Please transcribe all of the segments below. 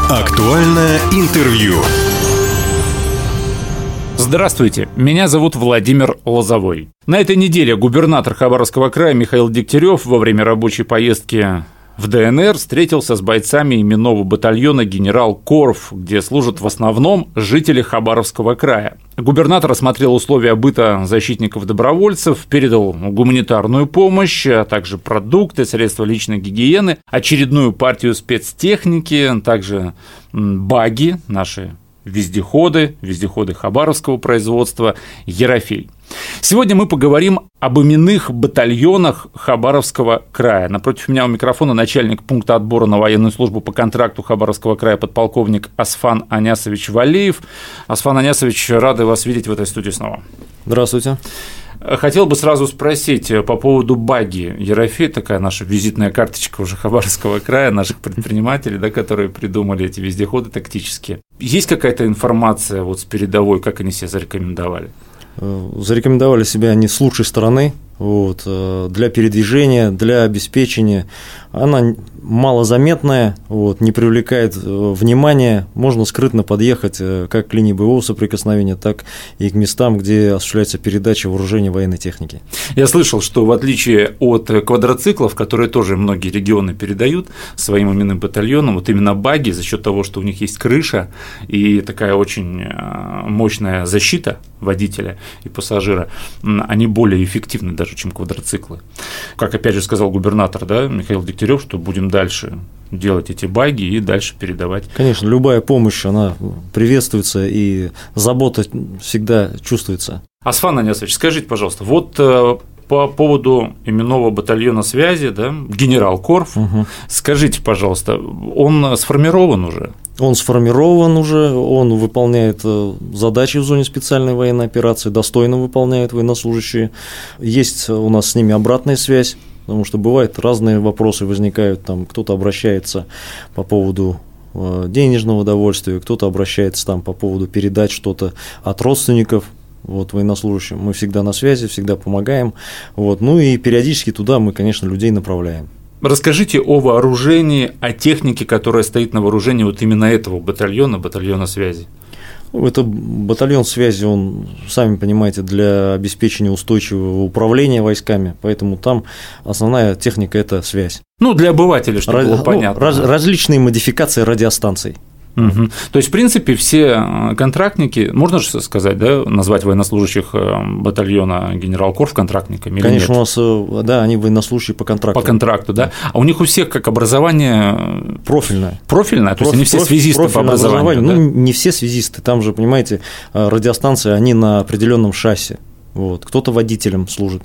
Актуальное интервью. Здравствуйте, меня зовут Владимир Лозовой. На этой неделе губернатор Хабаровского края Михаил Дегтярев во время рабочей поездки в ДНР встретился с бойцами именного батальона «Генерал Корф», где служат в основном жители Хабаровского края. Губернатор осмотрел условия быта защитников-добровольцев, передал гуманитарную помощь, а также продукты, средства личной гигиены, очередную партию спецтехники, также баги, наши вездеходы хабаровского производства «Ерофей». Сегодня мы поговорим об именных батальонах Хабаровского края. Напротив меня у микрофона начальник пункта отбора на военную службу по контракту Хабаровского края подполковник Асфан Анясович Валеев. Асфан Анясович, рады вас видеть в этой студии снова. Здравствуйте. Хотел бы сразу спросить по поводу баги. Ерофей, такая наша визитная карточка уже Хабаровского края, наших предпринимателей, да, которые придумали эти вездеходы тактические. Есть какая-то информация вот с передовой, как они себя зарекомендовали? Зарекомендовали себя они с лучшей стороны. Для передвижения, для обеспечения. Она малозаметная, не привлекает внимания, можно скрытно подъехать как к линии боевого соприкосновения, так и к местам, где осуществляется передача вооружения военной техники. Я слышал, что в отличие от квадроциклов, которые тоже многие регионы передают своим именным батальонам, вот именно баги за счет того, что у них есть крыша и такая очень мощная защита водителя и пассажира, они более эффективны даже, чем квадроциклы. Как опять же сказал губернатор, да, Михаил Дегтярев, что будем дальше делать эти баги и дальше передавать. Конечно, любая помощь, она приветствуется, и забота всегда чувствуется. Асфан Анясович, скажите, пожалуйста, вот по поводу именного батальона связи, да, «Генерал Корф», скажите, пожалуйста, он сформирован уже? Он сформирован уже, он выполняет задачи в зоне специальной военной операции, достойно выполняют военнослужащие. Есть у нас с ними обратная связь, потому что бывают разные вопросы возникают, там кто-то обращается по поводу денежного удовольствия, кто-то обращается там по поводу передать что-то от родственников. Военнослужащим мы всегда на связи, всегда помогаем. И периодически туда мы, конечно, людей направляем. Расскажите о вооружении, о технике, которая стоит на вооружении вот именно этого батальона связи. Это батальон связи, он, сами понимаете, для обеспечения устойчивого управления войсками, поэтому там основная техника – это связь. Для обывателя, чтобы было понятно. Различные модификации радиостанций. То есть, в принципе, все контрактники, можно же сказать, да, назвать военнослужащих батальона «Генерал Корф» контрактниками? Конечно, у нас, да, они военнослужащие по контракту. По контракту, да. А у них у всех как образование профильное. Профильное? То есть они все связисты по образованию? Да? Не все связисты, там же, понимаете, радиостанции, они на определенном шасси. Кто-то водителем служит.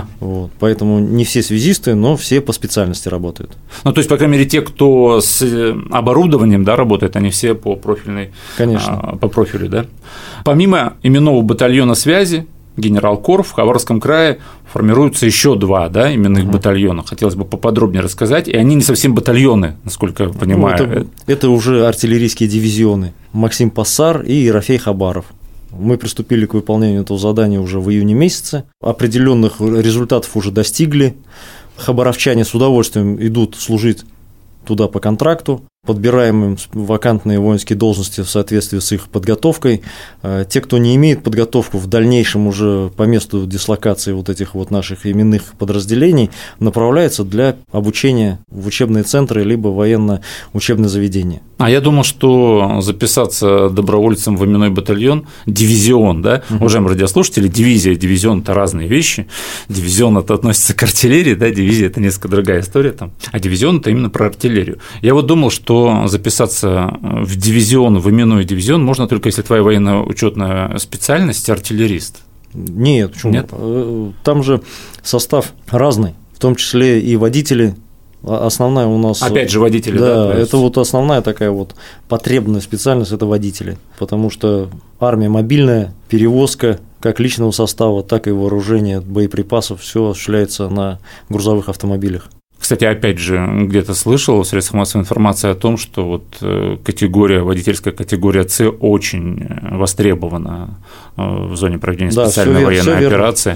Поэтому не все связисты, но все по специальности работают. То есть, по крайней мере, те, кто с оборудованием, да, работает, они все по профильной. Конечно. По профилю, да. Помимо именного батальона связи «Генерал Корф» в Хабаровском крае формируются еще два, да, именных батальона. Хотелось бы поподробнее рассказать. И они не совсем батальоны, насколько я понимаю. Это уже артиллерийские дивизионы. Максим Пассар и Ерофей Хабаров. Мы приступили к выполнению этого задания уже в июне месяце. Определенных результатов уже достигли. Хабаровчане с удовольствием идут служить туда по контракту. Подбираем им вакантные воинские должности в соответствии с их подготовкой. Те, кто не имеет подготовку, в дальнейшем уже по месту дислокации этих наших именных подразделений направляются для обучения в учебные центры либо военно-учебные заведения. Я думал, что записаться добровольцем в именной батальон, дивизион, да, уважаемые радиослушатели, дивизия, дивизион – это разные вещи. Дивизион – это относится к артиллерии, да, дивизия – это несколько другая история там, а дивизион – это именно про артиллерию. Я думал, что записаться в дивизион, в именной дивизион можно только если твоя военно-учетная специальность – артиллерист. Нет, почему? Нет? Там же состав разный, в том числе и водители. Основная у нас… Опять же водители, да? Это основная такая потребная специальность – это водители, потому что армия мобильная, перевозка как личного состава, так и вооружения, боеприпасов, все осуществляется на грузовых автомобилях. Кстати, опять же, где-то слышал в средствах массовой информации о том, что водительская категория С очень востребована в зоне проведения специальной военной операции.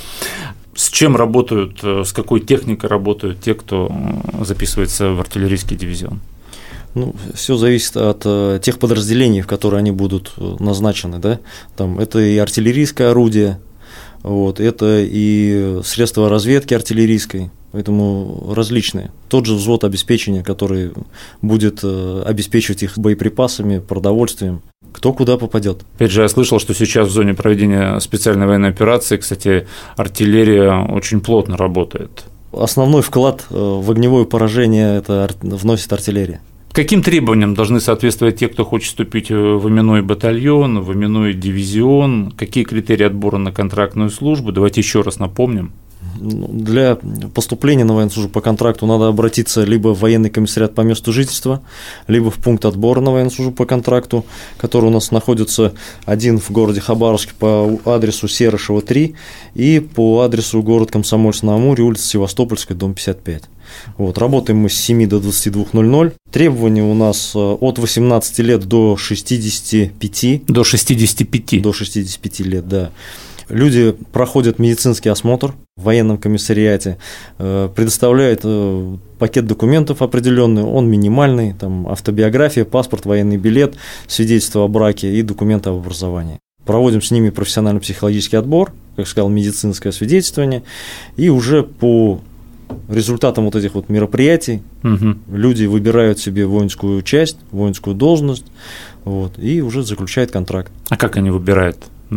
С чем работают, с какой техникой работают те, кто записывается в артиллерийский дивизион? Ну, все зависит от тех подразделений, в которые они будут назначены, да. Там это и артиллерийское орудие, вот, это и средства разведки артиллерийской, поэтому различные. Тот же взвод обеспечения, который будет обеспечивать их боеприпасами, продовольствием, кто куда попадет. Опять же, я слышал, что сейчас в зоне проведения специальной военной операции, кстати, артиллерия очень плотно работает. Основной вклад в огневое поражение это вносит артиллерия. Каким требованиям должны соответствовать те, кто хочет вступить в именной батальон, в именной дивизион? Какие критерии отбора на контрактную службу? Давайте еще раз напомним. Для поступления на военную службу по контракту надо обратиться либо в военный комиссариат по месту жительства, либо в пункт отбора на военную службу по контракту, который у нас находится один в городе Хабаровске по адресу Серышева, 3, и по адресу город Комсомольск-на-Амуре, улица Севастопольская, дом 55. Вот, работаем мы с 7 до 22:00. Требования у нас от 18 лет до 65. До 65. До 65 лет, да. Люди проходят медицинский осмотр в военном комиссариате, предоставляют пакет документов определенный, он минимальный, там автобиография, паспорт, военный билет, свидетельство о браке и документы об образовании. Проводим с ними профессионально-психологический отбор, как сказал, медицинское освидетельствование, и уже по результатам вот этих вот мероприятий люди выбирают себе воинскую часть, воинскую должность, вот, и уже заключают контракт. А как они выбирают?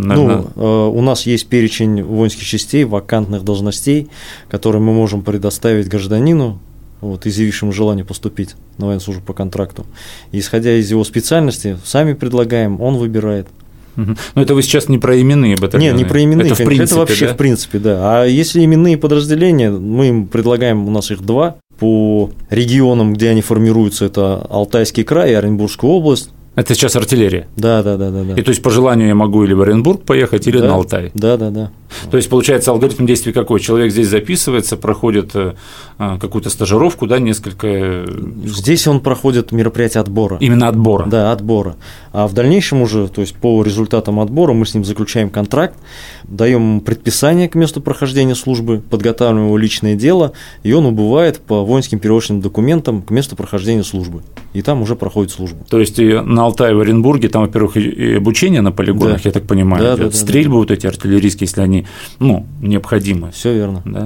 У нас есть перечень воинских частей, вакантных должностей, которые мы можем предоставить гражданину, вот, изъявившему желание поступить на военную службу по контракту. И, исходя из его специальности, сами предлагаем, он выбирает. Но это вы сейчас не про именные батальоны? Нет, не про именные, это, конечно, это вообще в принципе, да. А если именные подразделения, мы им предлагаем, у нас их 2, по регионам, где они формируются, это Алтайский край и Оренбургская область. Это сейчас артиллерия? Да. И то есть по желанию я могу или в Оренбург поехать, или на Алтай? Да. То есть получается алгоритм действий какой? Человек здесь записывается, проходит какую-то стажировку, да, несколько… Здесь он проходит мероприятие отбора. Именно отбора? Да, отбора. А в дальнейшем уже, то есть по результатам отбора мы с ним заключаем контракт, даем ему предписание к месту прохождения службы, подготавливаем его личное дело, и он убывает по воинским перевозочным документам к месту прохождения службы. И там уже проходит службу. То есть и на Алтае, в Оренбурге, там, во-первых, и обучение на полигонах, да. Я так понимаю, идет. Стрельбы вот эти артиллерийские, если они, необходимы. Все верно. Да?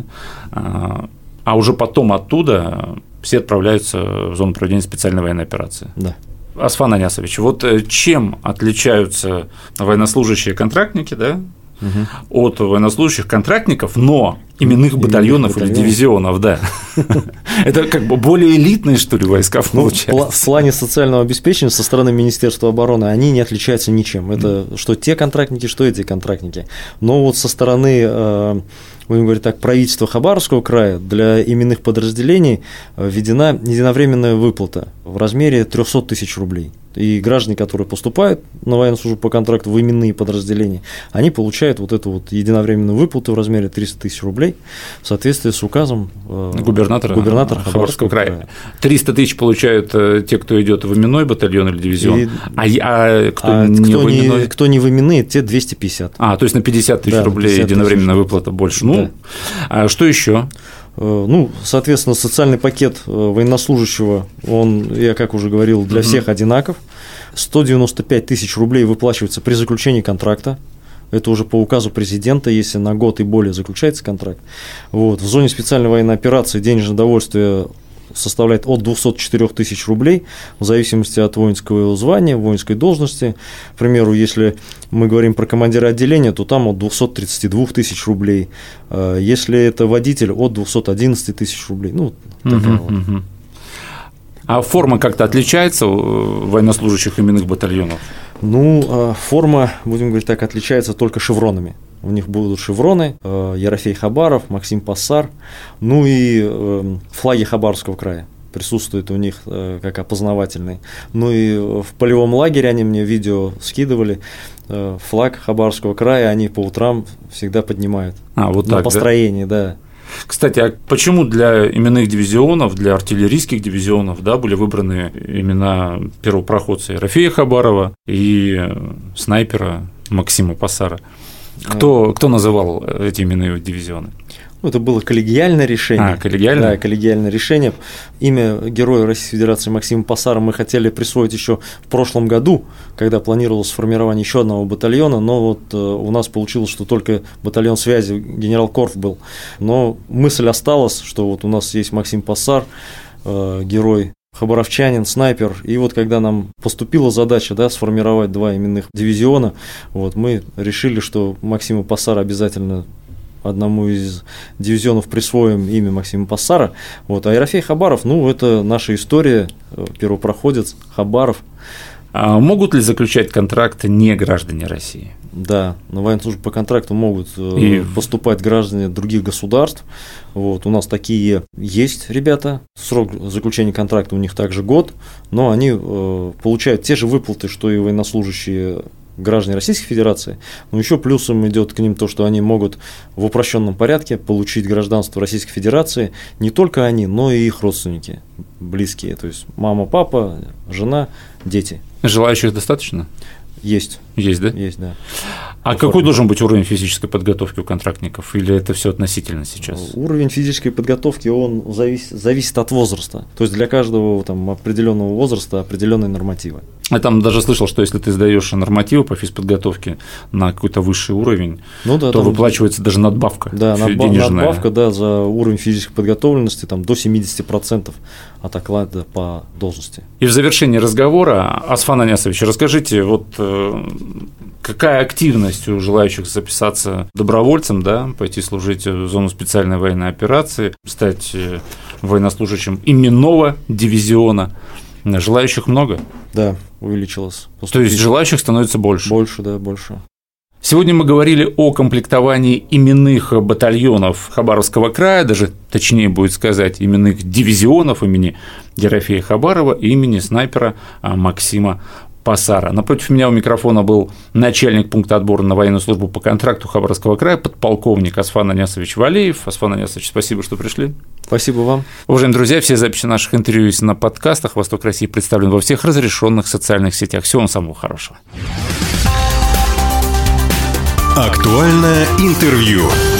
А уже потом оттуда все отправляются в зону проведения специальной военной операции. Да. Асфан Анясович, вот чем отличаются военнослужащие контрактники, да, от военнослужащих контрактников, но именных батальонов или дивизионов, да. Это как бы более элитные, что ли, войска получаются. В плане социального обеспечения со стороны Министерства обороны они не отличаются ничем. Это что те контрактники, что эти контрактники. Но вот со стороны, будем говорить так, правительства Хабаровского края для именных подразделений введена единовременная выплата в размере 300 тысяч рублей. И граждане, которые поступают на военную службу по контракту в именные подразделения, они получают вот эту вот единовременную выплату в размере 300 тысяч рублей в соответствии с указом губернатора Хабаровского края. 300 тысяч получают те, кто идет в именной батальон или дивизион, кто не в именные, те 250. То есть на 50 тысяч рублей единовременная выплата больше. Да. А что еще? Соответственно, социальный пакет военнослужащего, он, я как уже говорил, для всех одинаков. 195 тысяч рублей выплачивается при заключении контракта. Это уже по указу президента, если на год и более заключается контракт. Вот. В зоне специальной военной операции денежное довольствие составляет от 204 тысяч рублей, в зависимости от воинского звания, воинской должности. К примеру, если мы говорим про командира отделения, то там от 232 тысяч рублей. Если это водитель, от 211 тысяч рублей. Такая вот. А форма как-то отличается у военнослужащих именных батальонов? Форма, будем говорить так, отличается только шевронами. У них будут шевроны, Ерофей Хабаров, Максим Пассар, и флаги Хабаровского края присутствуют у них как опознавательные. И в полевом лагере они мне видео скидывали, флаг Хабаровского края они по утрам всегда поднимают. Вот так, на построении, да. Кстати, а почему для именных дивизионов, для артиллерийских дивизионов, были выбраны имена первопроходца Ерофея Хабарова и снайпера Максима Пассара? Кто называл эти именные дивизионы? Это было коллегиальное решение. Коллегиальное? Да, коллегиальное решение. Имя Героя Российской Федерации Максима Пассара мы хотели присвоить еще в прошлом году, когда планировалось формирование еще одного батальона, но вот у нас получилось, что только батальон связи генерал Корф был. Но мысль осталась, что вот у нас есть Максим Пассар, герой, хабаровчанин, снайпер. И вот когда нам поступила задача, сформировать 2 именных дивизиона, вот, мы решили, что Максима Пассара обязательно одному из дивизионов присвоим имя Максима Пассара. Вот. А Ерофей Хабаров, это наша история, первопроходец Хабаров. А могут ли заключать контракты не граждане России? Да, на военную службу по контракту могут поступать граждане других государств. Вот, у нас такие есть ребята. Срок заключения контракта у них также год, но они получают те же выплаты, что и военнослужащие граждане Российской Федерации, но еще плюсом идет к ним то, что они могут в упрощенном порядке получить гражданство Российской Федерации, не только они, но и их родственники близкие, то есть мама, папа, жена, дети. Желающих достаточно? Есть. Есть, да? Есть, да. А какой должен быть уровень физической подготовки у контрактников? Или это все относительно сейчас? Уровень физической подготовки, он зависит от возраста. То есть для каждого определенного возраста определенные нормативы. Я там даже слышал, что если ты сдаешь нормативы по физподготовке на какой-то высший уровень, то выплачивается даже надбавка. Да, надбавка, за уровень физической подготовленности до 70% от оклада по должности. И в завершении разговора, Асфан Анясович, расскажите, какая активность у желающих записаться добровольцем, пойти служить в зону специальной военной операции, стать военнослужащим именного дивизиона? Желающих много? Да, увеличилось. То есть желающих становится больше? Больше, да, больше. Сегодня мы говорили о комплектовании именных батальонов Хабаровского края, даже точнее будет сказать, именных дивизионов имени Ерофея Хабарова и имени снайпера Максима Пассара. Напротив меня у микрофона был начальник пункта отбора на военную службу по контракту Хабаровского края, подполковник Асфан Анясович Валеев. Асфан Анясович, спасибо, что пришли. Спасибо вам. Уважаемые друзья, все записи наших интервью есть на подкастах. «Восток России» представлен во всех разрешенных социальных сетях. Всего вам самого хорошего. Актуальное интервью.